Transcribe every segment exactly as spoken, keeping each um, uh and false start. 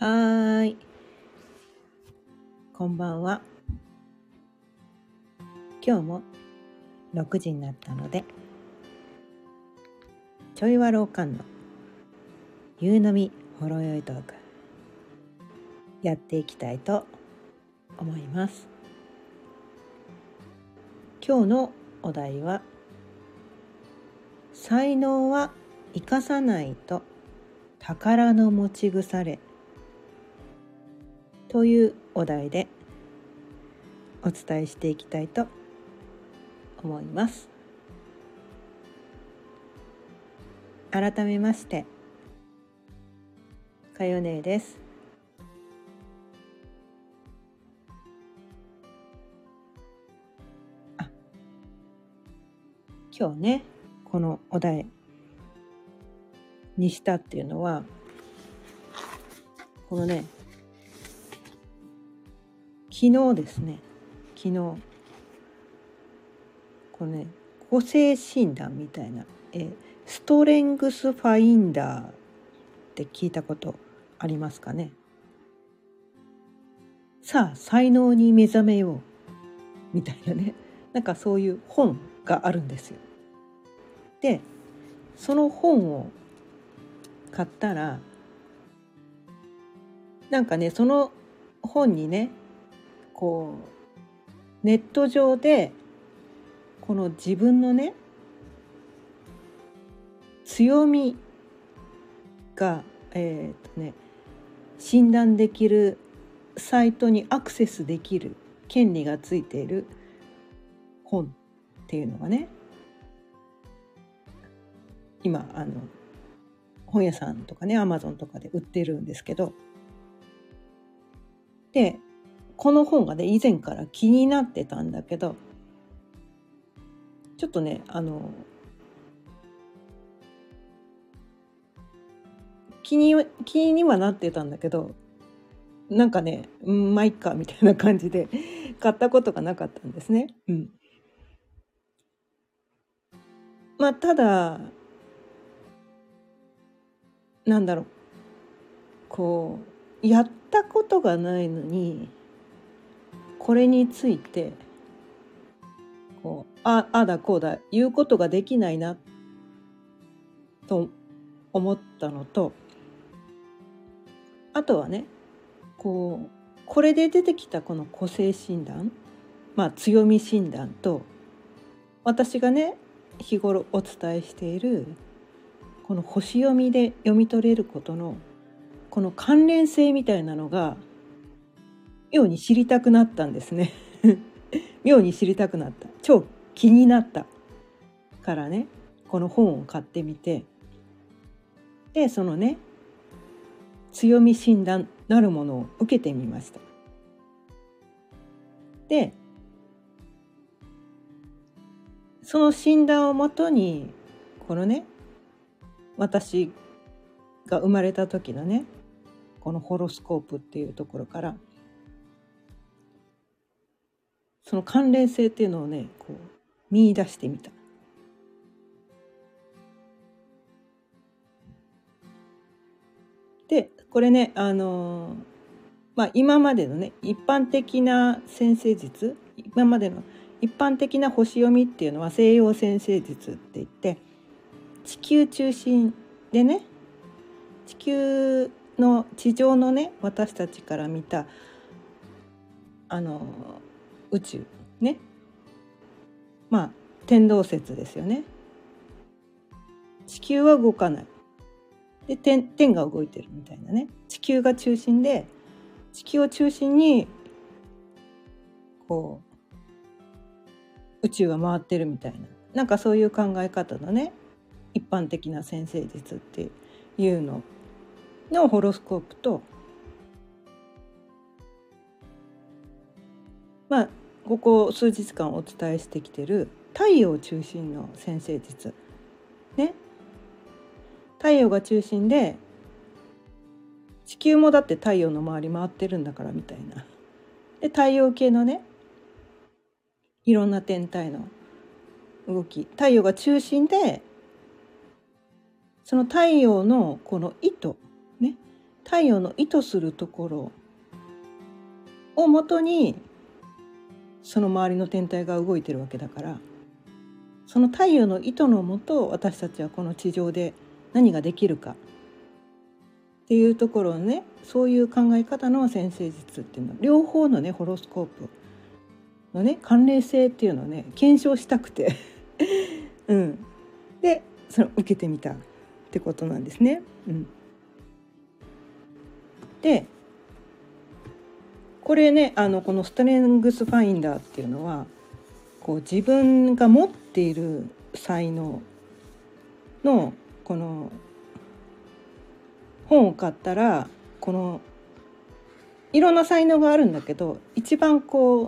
はーい、こんばんは。今日もろくじになったので、ちょいわろうかんの夕飲みほろよいトークやっていきたいと思います。今日のお題は、才能は生かさないと宝の持ち腐れというお題でお伝えしていきたいと思います。改めましてかよねです。あ、今日ねこのお題にしたっていうのは、このね昨日ですね昨日このね個性診断みたいな、えストレングスファインダーって聞いたことありますかね。さあ才能に目覚めようみたいなね、なんかそういう本があるんですよ。でその本を買ったら、なんかねその本にねこうネット上でこの自分のね強みが、えーとね、診断できるサイトにアクセスできる権利がついている本っていうのがね、今あの本屋さんとかね、アマゾンとかで売ってるんですけど、でこの本がね以前から気になってたんだけど、ちょっとねあの気に気にはなってたんだけど、なんかね、うん、まあいっかみたいな感じで買ったことがなかったんですね。うん。まあただなんだろう、こうやったことがないのにこれについてこうああだこうだ言うことができないなと思ったのと、あとはねこうこれで出てきたこの個性診断、まあ強み診断と、私がね日頃お伝えしているこの星読みで読み取れることのこの関連性みたいなのが妙に知りたくなったんですね妙に知りたくなった、超気になったからねこの本を買ってみて、でそのね強み診断なるものを受けてみました。でその診断をもとにこのね私が生まれた時のねこのホロスコープっていうところからその関連性っていうのをねこう見出してみた。でこれねあのー、まあ今までのね一般的な占星術、今までの一般的な星読みっていうのは西洋占星術って言って、地球中心でね地球の地上のね私たちから見たあの宇宙ね、まあ天動説ですよね。地球は動かないで 天, 天が動いてるみたいなね、地球が中心で地球を中心にこう宇宙が回ってるみたいな、なんかそういう考え方のね一般的な占星術っていうののホロスコープと、まあここ数日間お伝えしてきてる太陽中心の占星術ね、太陽が中心で地球もだって太陽の周り回ってるんだからみたいな、で太陽系のねいろんな天体の動き、太陽が中心でその太陽のこの糸ね、 太陽の意図するところをもとにその周りの天体が動いてるわけだから、その太陽の意図のもと私たちはこの地上で何ができるかっていうところをね、そういう考え方の占星術っていうのは両方のねホロスコープのね関連性っていうのをね検証したくてうん、でそれを受けてみたってことなんですね。うん、でこれねあのこのストレングスファインダーっていうのはこう自分が持っている才能のこの本を買ったら、このいろんな才能があるんだけど一番こう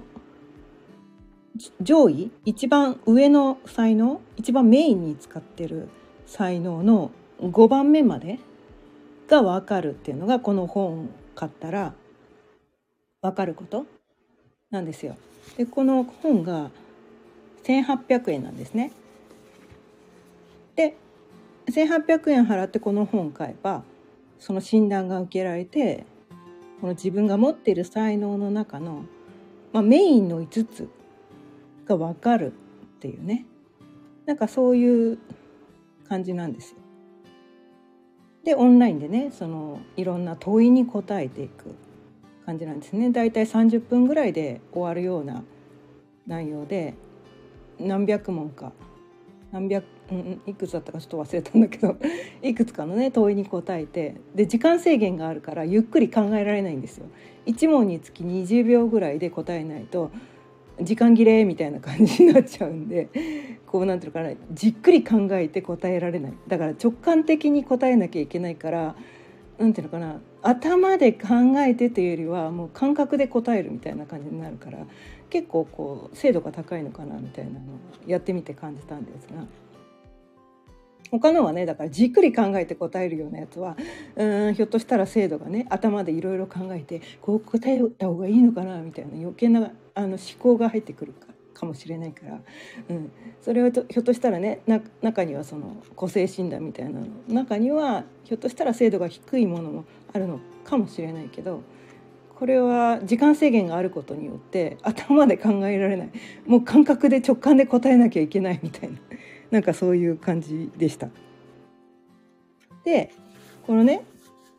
上位一番上の才能、一番メインに使ってる才能のごばんめまでが分かるっていうのがこの本を買ったら分かることなんですよ。でこの本がせんはっぴゃくえんなんですね。でせんはっぴゃくえん払ってこの本を買えばその診断が受けられて、この自分が持っている才能の中の、まあ、メインのいつつが分かるっていうね、なんかそういう感じなんですよ。でオンラインでねそのいろんな問いに答えていく感じなんですね。だいたいさんじゅっぷんぐらいで終わるような内容で、何百問か何百、うん、いくつだったかちょっと忘れたんだけどいくつかのね問いに答えて、で時間制限があるからゆっくり考えられないんですよ。いち問につきにじゅうびょうぐらいで答えないと時間切れみたいな感じになっちゃうんで、こうなんていうのかな、じっくり考えて答えられない。だから直感的に答えなきゃいけないから、なんていうのかな、頭で考えてというよりはもう感覚で答えるみたいな感じになるから、結構こう精度が高いのかなみたいなのをやってみて感じたんですが、他のはねだからじっくり考えて答えるようなやつはうーんひょっとしたら精度がね頭でいろいろ考えてこう答えた方がいいのかなみたいな余計なあの思考が入ってくるかかもしれないから、うん、それはとひょっとしたらねな中にはその個性診断みたいなの中にはひょっとしたら精度が低いものもあるのかもしれないけど、これは時間制限があることによって頭で考えられない、もう感覚で直感で答えなきゃいけないみたいな、なんかそういう感じでした。でこのね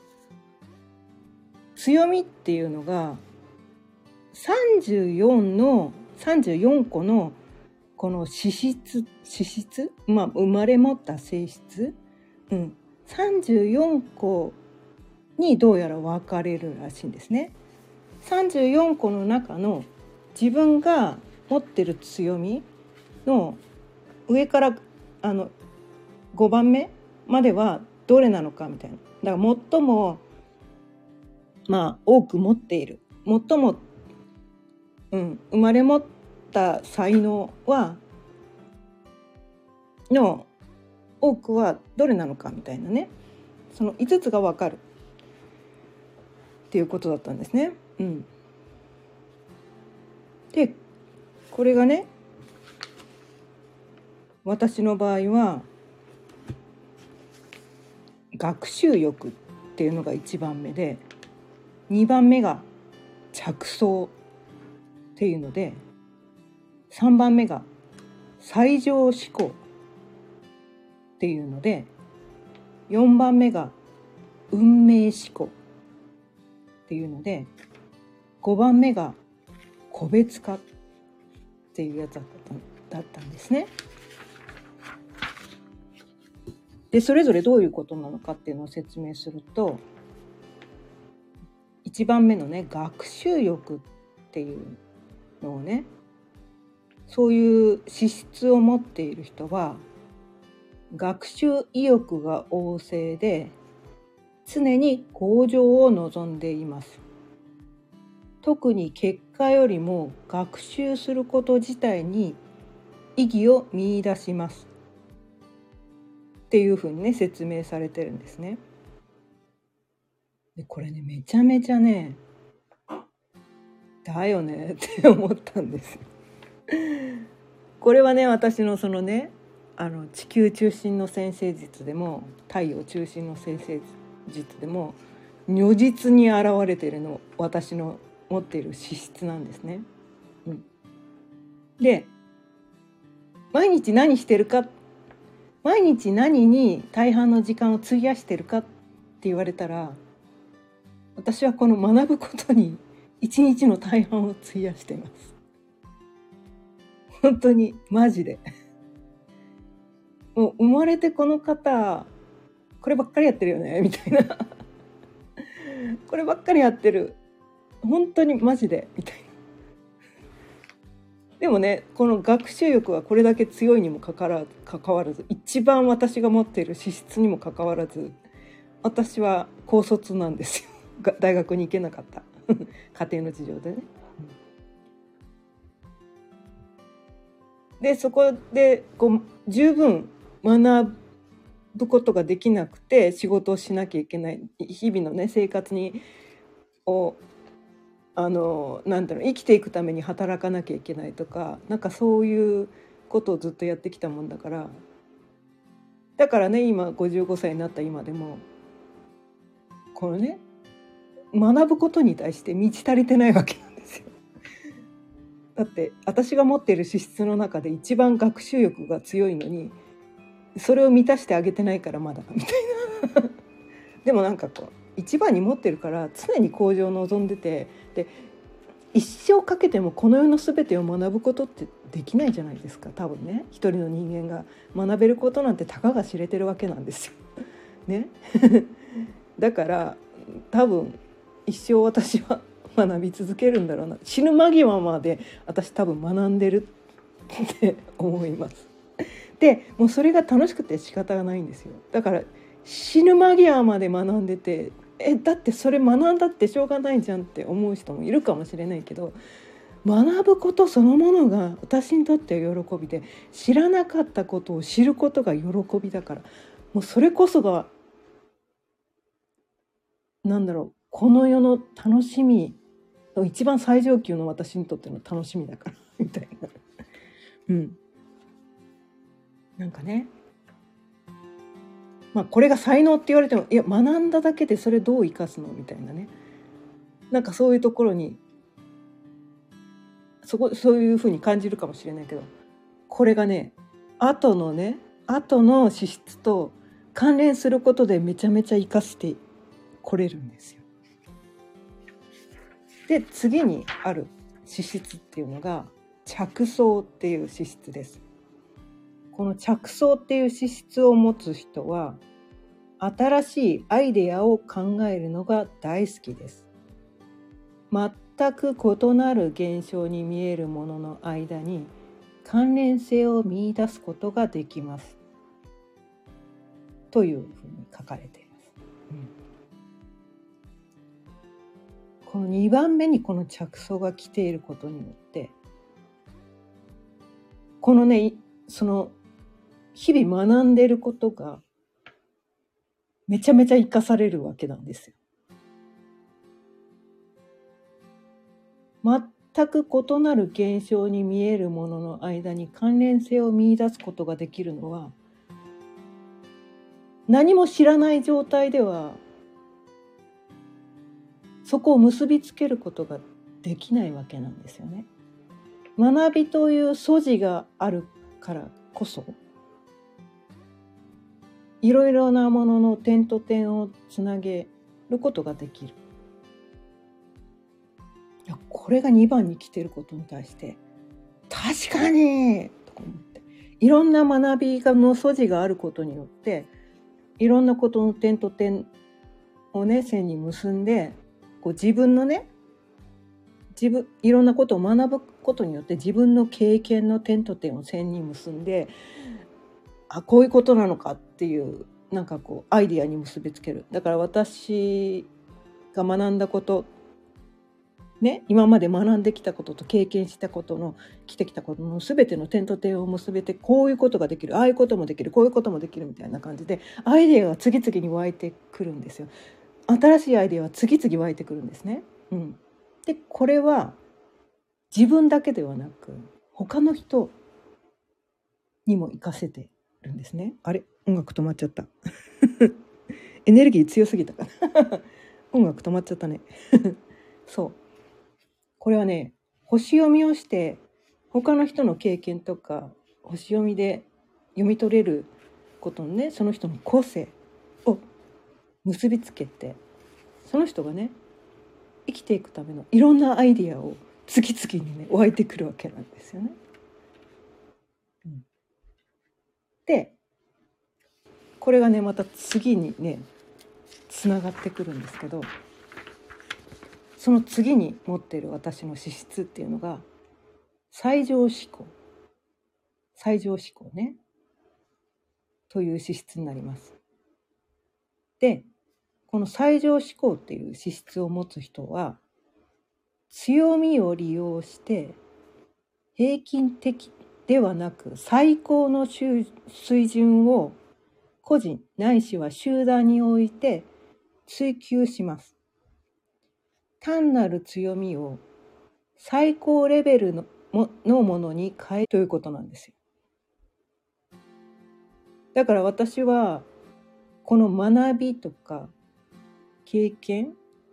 強みっていうのがさんじゅうよんのさんじゅうよんこのこの資質資質、まあ生まれ持った性質、うん、さんじゅうよんこにどうやら分かれるらしいんですね。さんじゅうよんこの中の自分が持ってる強みの上からあのごばんめまではどれなのかみたいな。だから最もまあ多く持っている、最も、うん、生まれ持った才能はの多くはどれなのかみたいなね、そのいつつが分かるっていうことだったんですね。うん、でこれがね私の場合は学習欲っていうのがいちばんめで、にばんめが着想っていうので、さんばんめが最上志向っていうので、よんばんめが運命思考っていうので、ごばんめが個別化っていうやつだっただったんですね。でそれぞれどういうことなのかっていうのを説明すると、いちばんめのね学習欲っていうのをね、そういう資質を持っている人は学習意欲が旺盛で常に向上を望んでいます。特に結果よりも学習すること自体に意義を見出しますっていうふうにね説明されてるんですね。でこれねめちゃめちゃねだよねって思ったんですこれはね私のそのねあの地球中心の占星術でも太陽中心の占星術でも如実に現れているの私の持っている資質なんですね。うん、で毎日何してるか、毎日何に大半の時間を費やしてるかって言われたら、私はこの学ぶことに一日の大半を費やしています。本当にマジでもう生まれてこの方こればっかりやってるよねみたいなこればっかりやってる本当にマジでみたいな。でもね、この学習欲はこれだけ強いにもかかわらず、かかわらず一番私が持っている資質にもかかわらず、私は高卒なんですよ。大学に行けなかった家庭の事情でね。でそこでこう十分学ぶことができなくて仕事をしなきゃいけない、日々のね生活にをあのなんだろう生きていくために働かなきゃいけないとか、なんかそういうことをずっとやってきたもんだから、だからね今ごじゅうごさいになった今でもこのね学ぶことに対して満ち足りてないわけなんですよ。だって私が持っている資質の中で一番学習欲が強いのに、それを満たしてあげてないからまだみたいなでもなんかこう一番に持ってるから常に向上を望んでて、で一生かけてもこの世の全てを学ぶことってできないじゃないですか。多分ね一人の人間が学べることなんてたかが知れてるわけなんですよねだから多分一生私は学び続けるんだろうな。死ぬ間際まで私多分学んでるって思います。でもうそれが楽しくて仕方がないんですよ。だから死ぬ間際まで学んでて、えだってそれ学んだってしょうがないじゃんって思う人もいるかもしれないけど、学ぶことそのものが私にとっては喜びで、知らなかったことを知ることが喜びだから、もうそれこそがなんだろう、この世の楽しみの一番最上級の私にとっての楽しみだからみたいなうんなんかね、まあこれが才能って言われても、いや学んだだけでそれどう生かすのみたいなね、なんかそういうところにそこそういうふうに感じるかもしれないけど、これがね後のね後の資質と関連することでめちゃめちゃ生かしてこれるんですよ。で次にある資質っていうのが着想っていう資質です。この着想っていう資質を持つ人は新しいアイデアを考えるのが大好きです。全く異なる現象に見えるものの間に関連性を見出すことができますというふうに書かれています。うん、このにばんめにこの着想が来ていることによって、このねその日々学んでいることがめちゃめちゃ生かされるわけなんですよ。全く異なる現象に見えるものの間に関連性を見出すことができるのは、何も知らない状態ではそこを結びつけることができないわけなんですよね。学びという素地があるからこそ、いろいろなものの点と点をつなげることができる。いやこれがにばんに来てることに対して確かにとか思って、いろんな学びの素地があることによっていろんなことの点と点をね線に結んで、こう自分のね自分いろんなことを学ぶことによって自分の経験の点と点を線に結んで、あこういうことなのかっていうなんかこうアイディアに結びつける。だから私が学んだことね、今まで学んできたことと経験したことの来てきたことの全ての点と点を結べて、こういうことができる、ああいうこともできる、こういうこともできるみたいな感じでアイデアが次々に湧いてくるんですよ。新しいアイデアは次々湧いてくるんですね。うん、でこれは自分だけではなく他の人にも活かせてるんですね。あれ音楽止まっちゃったエネルギー強すぎたかな音楽止まっちゃったねそうこれはね、星読みをして他の人の経験とか星読みで読み取れることのね、その人の個性を結びつけて、その人がね生きていくためのいろんなアイディアを次々にね湧いてくるわけなんですよね。うん、でこれがねまた次にねつながってくるんですけど、その次に持っている私の資質っていうのが最上思考最上思考ねという資質になります。でこの最上思考っていう資質を持つ人は強みを利用して平均的ではなく最高の水準を個人ないしは集団において追求します。単なる強みを最高レベルのものものに変えるということなんですよ。だから私はこの学びとか経験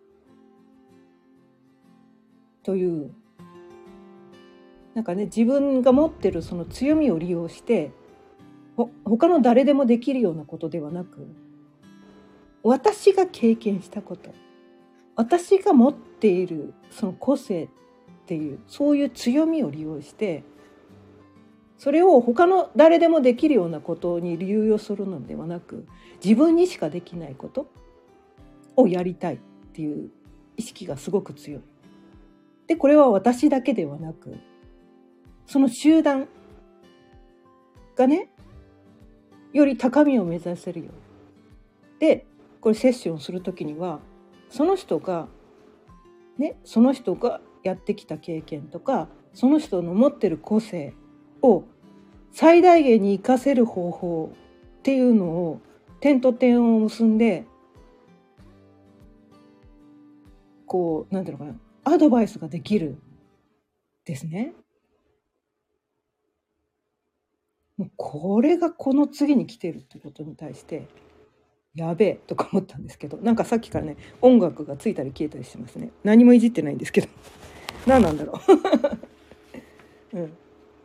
というなんかね自分が持ってるその強みを利用してほ他の誰でもできるようなことではなく、私が経験したこと、私が持っているその個性っていうそういう強みを利用してそれを他の誰でもできるようなことに流用するのではなく、自分にしかできないことをやりたいっていう意識がすごく強い。でこれは私だけではなくその集団がねより高みを目指せるように。でこれセッションするときにはその人がねその人がやってきた経験とかその人の持ってる個性を最大限に活かせる方法っていうのを点と点を結んでこうなんていうのかなアドバイスができるですね。もうこれがこの次に来てるってことに対してやべえとか思ったんですけど、なんかさっきからね音楽がついたり消えたりしてますね。何もいじってないんですけど何なんだろう、うん、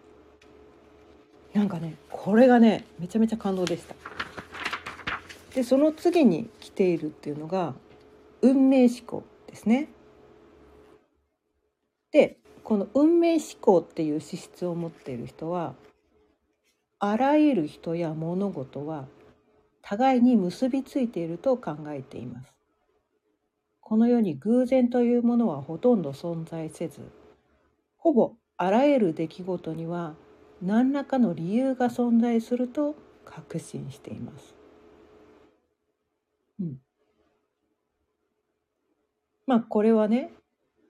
なんかねこれがねめちゃめちゃ感動でした。でその次に来ているっていうのが運命思考ですね。でこの運命思考っていう資質を持っている人はあらゆる人や物事は互いに結びついていると考えています。この世に偶然というものはほとんど存在せず、ほぼあらゆる出来事には何らかの理由が存在すると確信しています。うん、まあこれはね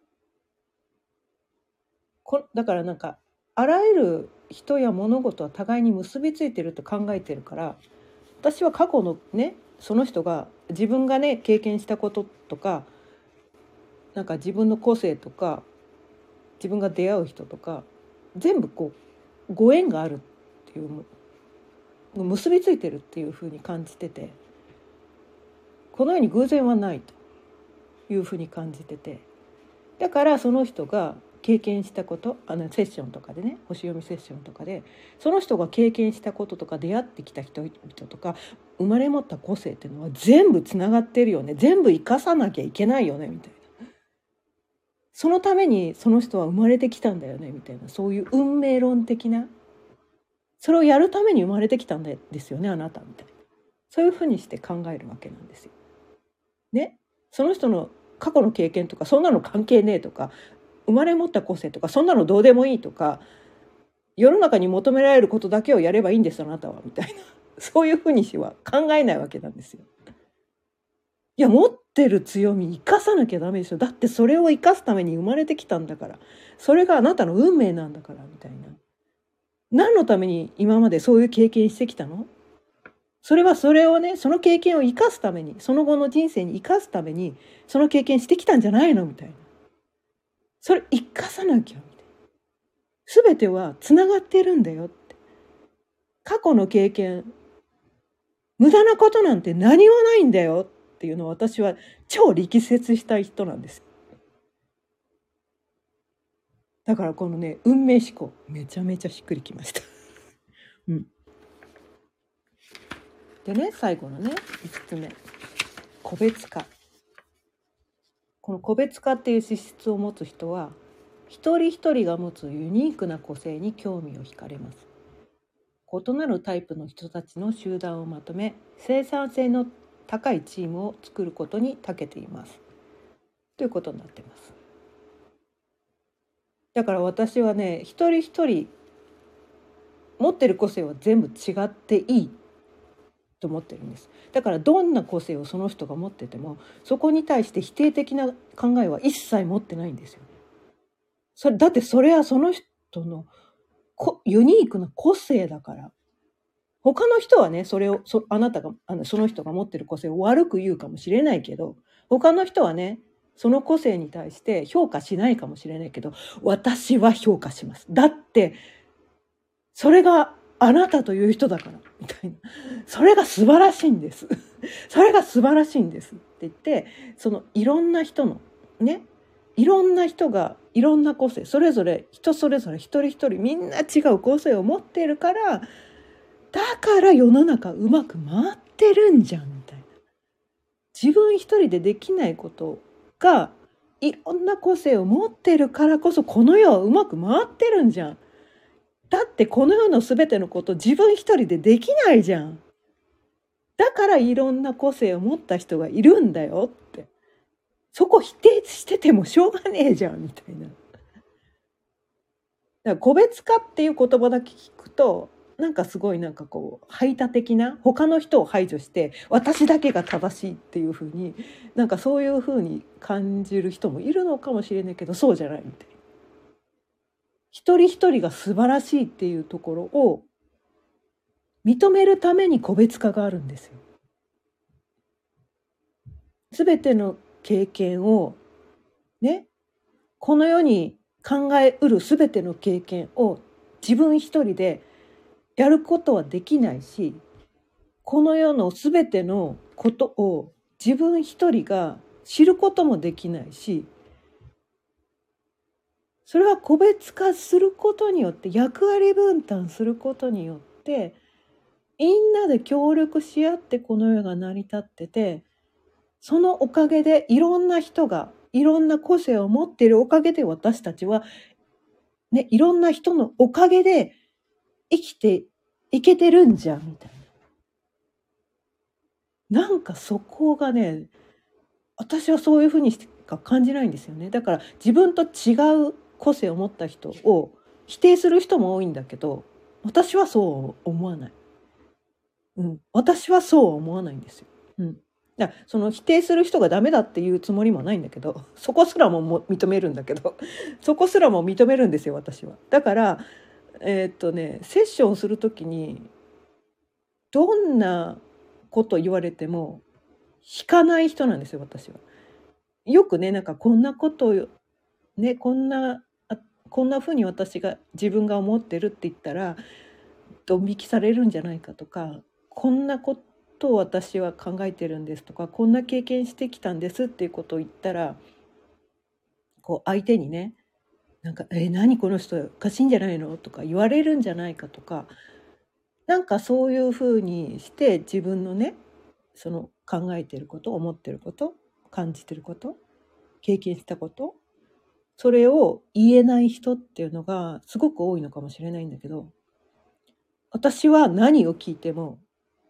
こだからなんかあらゆる人や物事は互いに結びついていると考えているから、私は過去のねその人が自分がね経験したこととかなんか自分の個性とか自分が出会う人とか全部こうご縁があるっていう結びついてるっていうふうに感じてて、この世に偶然はないというふうに感じてて、だからその人が経験したことあのセッションとかでね星読みセッションとかでその人が経験したこととか出会ってきた人々とか生まれ持った個性っていうのは全部つながってるよね、全部生かさなきゃいけないよねみたいな、そのためにその人は生まれてきたんだよねみたいな、そういう運命論的な、それをやるために生まれてきたんですよねあなたみたいな、そういうふうにして考えるわけなんですよ。ね、その人の過去の経験とかそんなの関係ねえとか生まれ持った個性とかそんなのどうでもいいとか世の中に求められることだけをやればいいんですあなたはみたいなそういうふうにしは考えないわけなんですよ。いや持ってる強み生かさなきゃダメですよ、だってそれを生かすために生まれてきたんだから、それがあなたの運命なんだからみたいな、何のために今までそういう経験してきたの、それはそれをねその経験を生かすためにその後の人生に生かすためにその経験してきたんじゃないのみたいな、それ生かさなきゃみたいな、全てはつながってるんだよって、過去の経験無駄なことなんて何もないんだよっていうのは私は超力説したい人なんです。だからこのね運命思考めちゃめちゃしっくりきました。うん、でね最後のねいつつめ個別化。この個別化っていう資質を持つ人は一人一人が持つユニークな個性に興味を惹かれます。異なるタイプの人たちの集団をまとめ生産性の高いチームを作ることに長けていますということになっています。だから私はね一人一人持ってる個性は全部違っていいと思ってるんです。だからどんな個性をその人が持っててもそこに対して否定的な考えは一切持ってないんですよ。それだってそれはその人のユニークな個性だから。他の人はねそれをそあなたがあのその人が持ってる個性を悪く言うかもしれないけど、他の人はねその個性に対して評価しないかもしれないけど、私は評価します。だってそれがあなたという人だからみたいな、それが素晴らしいんですそれが素晴らしいんですって言って、そのいろんな人のねいろんな人がいろんな個性、それぞれ人それぞれ一人一人みんな違う個性を持っているから、だから世の中うまく回ってるんじゃんみたいな。自分一人でできないことがいろんな個性を持ってるからこそこの世はうまく回ってるんじゃん。だってこの世の全てのこと自分一人でできないじゃん。だからいろんな個性を持った人がいるんだよって。そこ否定しててもしょうがねえじゃんみたいな。だから個別化っていう言葉だけ聞くとなんかすごいなんかこう排他的な、他の人を排除して私だけが正しいっていう風になんかそういう風に感じる人もいるのかもしれないけど、そうじゃないみたいな。一人一人が素晴らしいっていうところを認めるために個別化があるんですよ。すべての経験をね、この世に考えうるすべての経験を自分一人でやることはできないし、この世のすべてのことを自分一人が知ることもできないし、それは個別化することによって、役割分担することによってみんなで協力し合ってこの世が成り立ってて、そのおかげでいろんな人がいろんな個性を持っているおかげで私たちはね、いろんな人のおかげで生きていけてるんじゃんみたいな。なんかそこがね、私はそういうふうにしか感じないんですよね。だから自分と違う個性を持った人を否定する人も多いんだけど、私はそう思わない。うん、私はそうは思わないんですよ。うん。だからその否定する人がダメだっていうつもりもないんだけど、そこすらもも認めるんだけど、そこすらも認めるんですよ私は。だからえーっとねセッションする時にどんなこと言われても引かない人なんですよ私は。よくねなんかこんなことをねこんなあこんな風に私が自分が思ってるって言ったらドン引きされるんじゃないかとか、こんなことを私は考えてるんですとか、こんな経験してきたんですっていうことを言ったら、こう相手にねなんか「え何この人おかしいんじゃないの?」とか言われるんじゃないかとか、なんかそういうふうにして自分のねその考えてること、思ってること、感じてること、経験したこと、それを言えない人っていうのがすごく多いのかもしれないんだけど、私は何を聞いても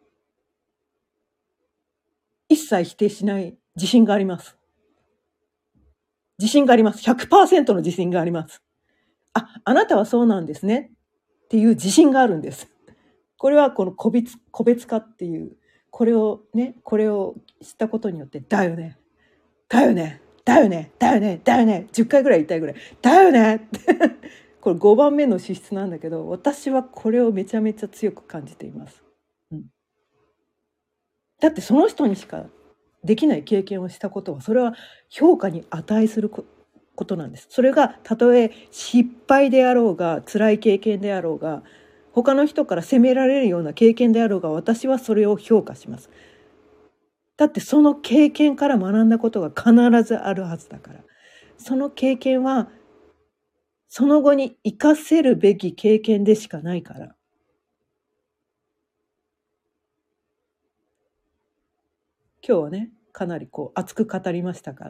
一切否定しない自信があります。自信があります。ひゃくパーセント の自信があります。あ、あなたはそうなんですねっていう自信があるんです。これはこの個別、個別化っていう、これをね、これを知ったことによって、だよね、だよね、だよね、だよね、だよね、じゅっかいぐらい言いたいぐらい、だよねってこれごばんめの資質なんだけど、私はこれをめちゃめちゃ強く感じています。うん、だってその人にしかできない経験をしたことは、それは評価に値することなんです。それがたとえ失敗であろうが辛い経験であろうが他の人から責められるような経験であろうが、私はそれを評価します。 だってその経験から学んだことが必ずあるはずだから。その経験はその後に生かせるべき経験でしかないから。今日はね、かなりこう熱く語りましたから。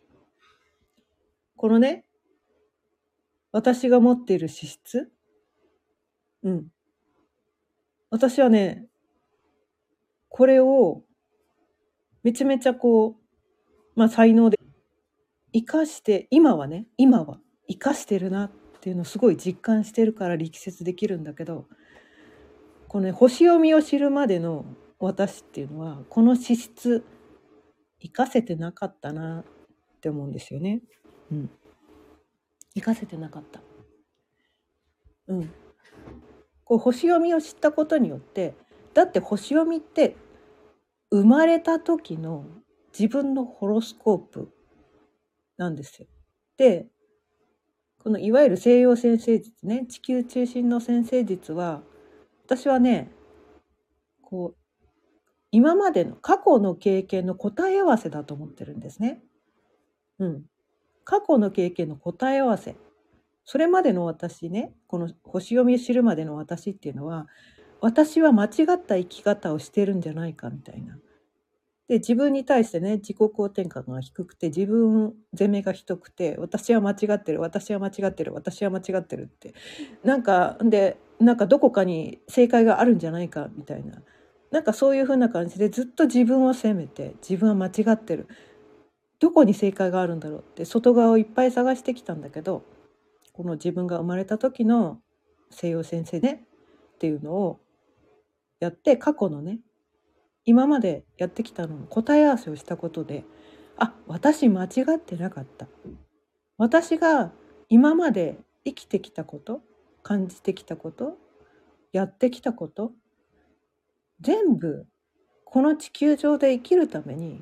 このね、私が持っている資質、うん。私はね、これをめちゃめちゃこう、まあ才能で生かして、今はね、今は生かしてるなっていうのをすごい実感してるから力説できるんだけど、このね、星読みを知るまでの私っていうのは、この資質生かせてなかったなって思うんですよね。うん。生かせてなかった。うん。こう星読みを知ったことによって、だって星読みって生まれた時の自分のホロスコープなんですよ。で、このいわゆる西洋占星術ね、地球中心の占星術は、私はね、こう今までの過去の経験の答え合わせだと思ってるんですね。うん。過去の経験の答え合わせ。それまでの私ね、この星読みを知るまでの私っていうのは、私は間違った生き方をしてるんじゃないかみたいな。で、自分に対してね、自己肯定感が低くて、自分責めがひどくて、私は間違ってる、私は間違ってる、私は間違ってるって。なんか、で、なんかどこかに正解があるんじゃないかみたいな。なんかそういう風な感じでずっと自分を責めて、自分は間違ってる。どこに正解があるんだろうって外側をいっぱい探してきたんだけど、この自分が生まれた時の西洋先生ねっていうのをやって、過去のね、今までやってきたのの答え合わせをしたことで、あ、私間違ってなかった。私が今まで生きてきたこと、感じてきたこと、やってきたこと、全部この地球上で生きるために、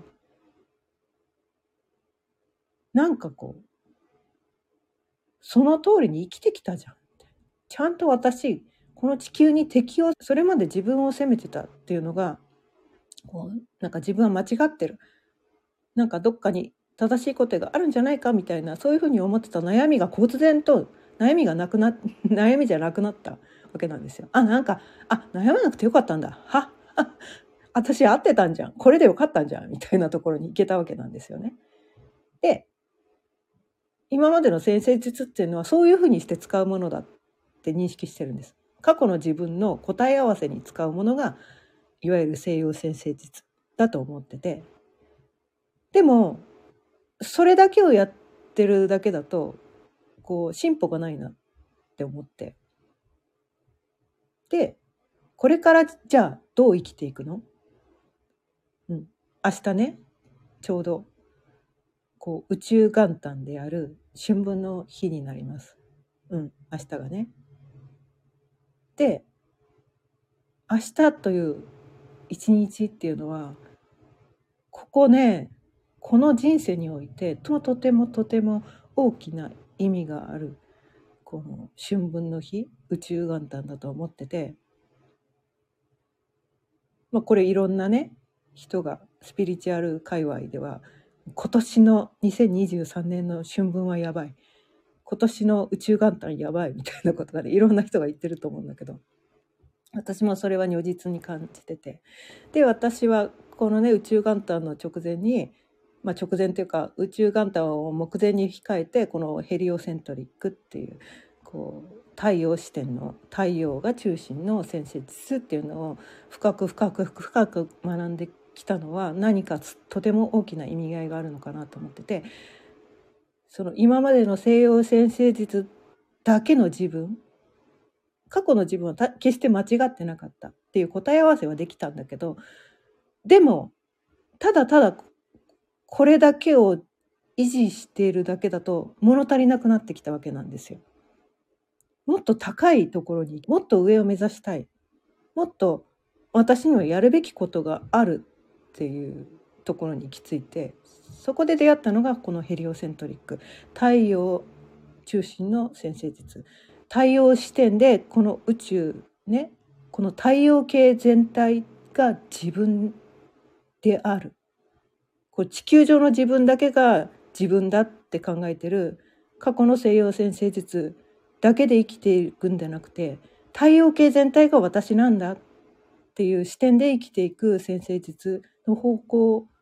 なんかこう、その通りに生きてきたじゃん。ちゃんと私、この地球に適応、それまで自分を責めてたっていうのが、こうなんか自分は間違ってる。なんかどっかに正しいことがあるんじゃないかみたいな、そういうふうに思ってた悩みが忽然と悩みがなくな悩みじゃなくなったわけなんですよ。あ、なんか、あ、悩まなくてよかったんだ。は、あ、私合ってたんじゃん。これでよかったんじゃん。みたいなところに行けたわけなんですよね。で、今までの占星術っていうのはそういうふうにして使うものだって認識してるんです。過去の自分の答え合わせに使うものが、いわゆる西洋占星術だと思ってて、でもそれだけをやってるだけだとこう進歩がないなって思って、でこれからじゃあどう生きていくの、うん、明日ね、ちょうどこう宇宙元旦である春分の日になります。うん、明日がね。で、明日という一日っていうのは、ここね、この人生においてととてもとても大きな意味がある、この春分の日、宇宙元旦だと思ってて、まあ、これいろんなね人がスピリチュアル界隈では、今年のにせんにじゅうさんねんの春分はやばい、今年の宇宙元旦やばいみたいなことがね、いろんな人が言ってると思うんだけど、私もそれは如実に感じてて、で私はこのね宇宙元旦の直前に、まあ、直前というか宇宙元旦を目前に控えて、このヘリオセントリックっていう、こう太陽視点の太陽が中心の占星術っていうのを深く深く深く学んできたのは、何かとても大きな意味合いがあるのかなと思ってて、その今までの西洋占星術だけの自分、過去の自分は決して間違ってなかったっていう答え合わせはできたんだけど、でもただただこれだけを維持しているだけだと物足りなくなってきたわけなんですよ。もっと高いところに、もっと上を目指したい、もっと私にはやるべきことがあるっていうところに行き着いて、そこで出会ったのがこのヘリオセントリック、太陽中心の占星術。太陽視点でこの宇宙ね、この太陽系全体が自分である。 こう地球上の自分だけが自分だって考えてる過去の西洋占星術だけで生きていくんじゃなくて、太陽系全体が私なんだっていう視点で生きていく占星術の方向